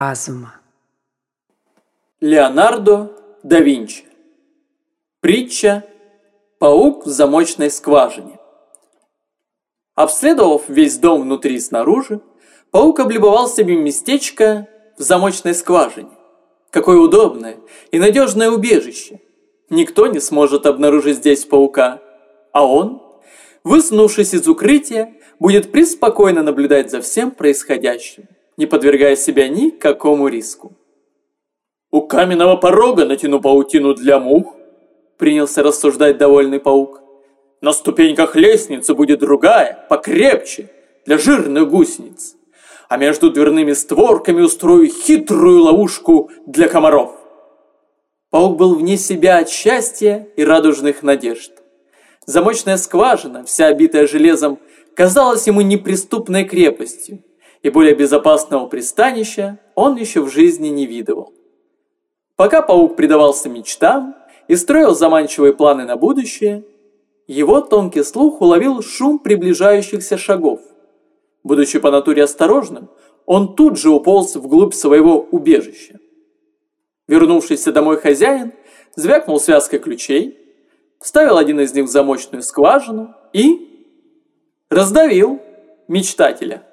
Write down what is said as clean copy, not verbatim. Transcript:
разума. Леонардо да Винчи. Притча «Паук в замочной скважине». Обследовав весь дом внутри и снаружи, паук облюбовал себе местечко в замочной скважине. Какое удобное и надежное убежище! Никто не сможет обнаружить здесь паука, а он, высунувшись из укрытия, будет преспокойно наблюдать за всем происходящим, не подвергая себя никакому риску. «У каменного порога натяну паутину для мух», — принялся рассуждать довольный паук. «На ступеньках лестницы будет другая, покрепче, для жирных гусениц. А между дверными створками устрою хитрую ловушку для комаров». Паук был вне себя от счастья и радужных надежд. Замочная скважина, вся обитая железом, казалась ему неприступной крепостью, и более безопасного пристанища он еще в жизни не видывал. Пока паук предавался мечтам и строил заманчивые планы на будущее, его тонкий слух уловил шум приближающихся шагов. Будучи по натуре осторожным, он тут же уполз вглубь своего убежища. Вернувшийся домой хозяин звякнул связкой ключей, вставил один из них в замочную скважину и раздавил мечтателя.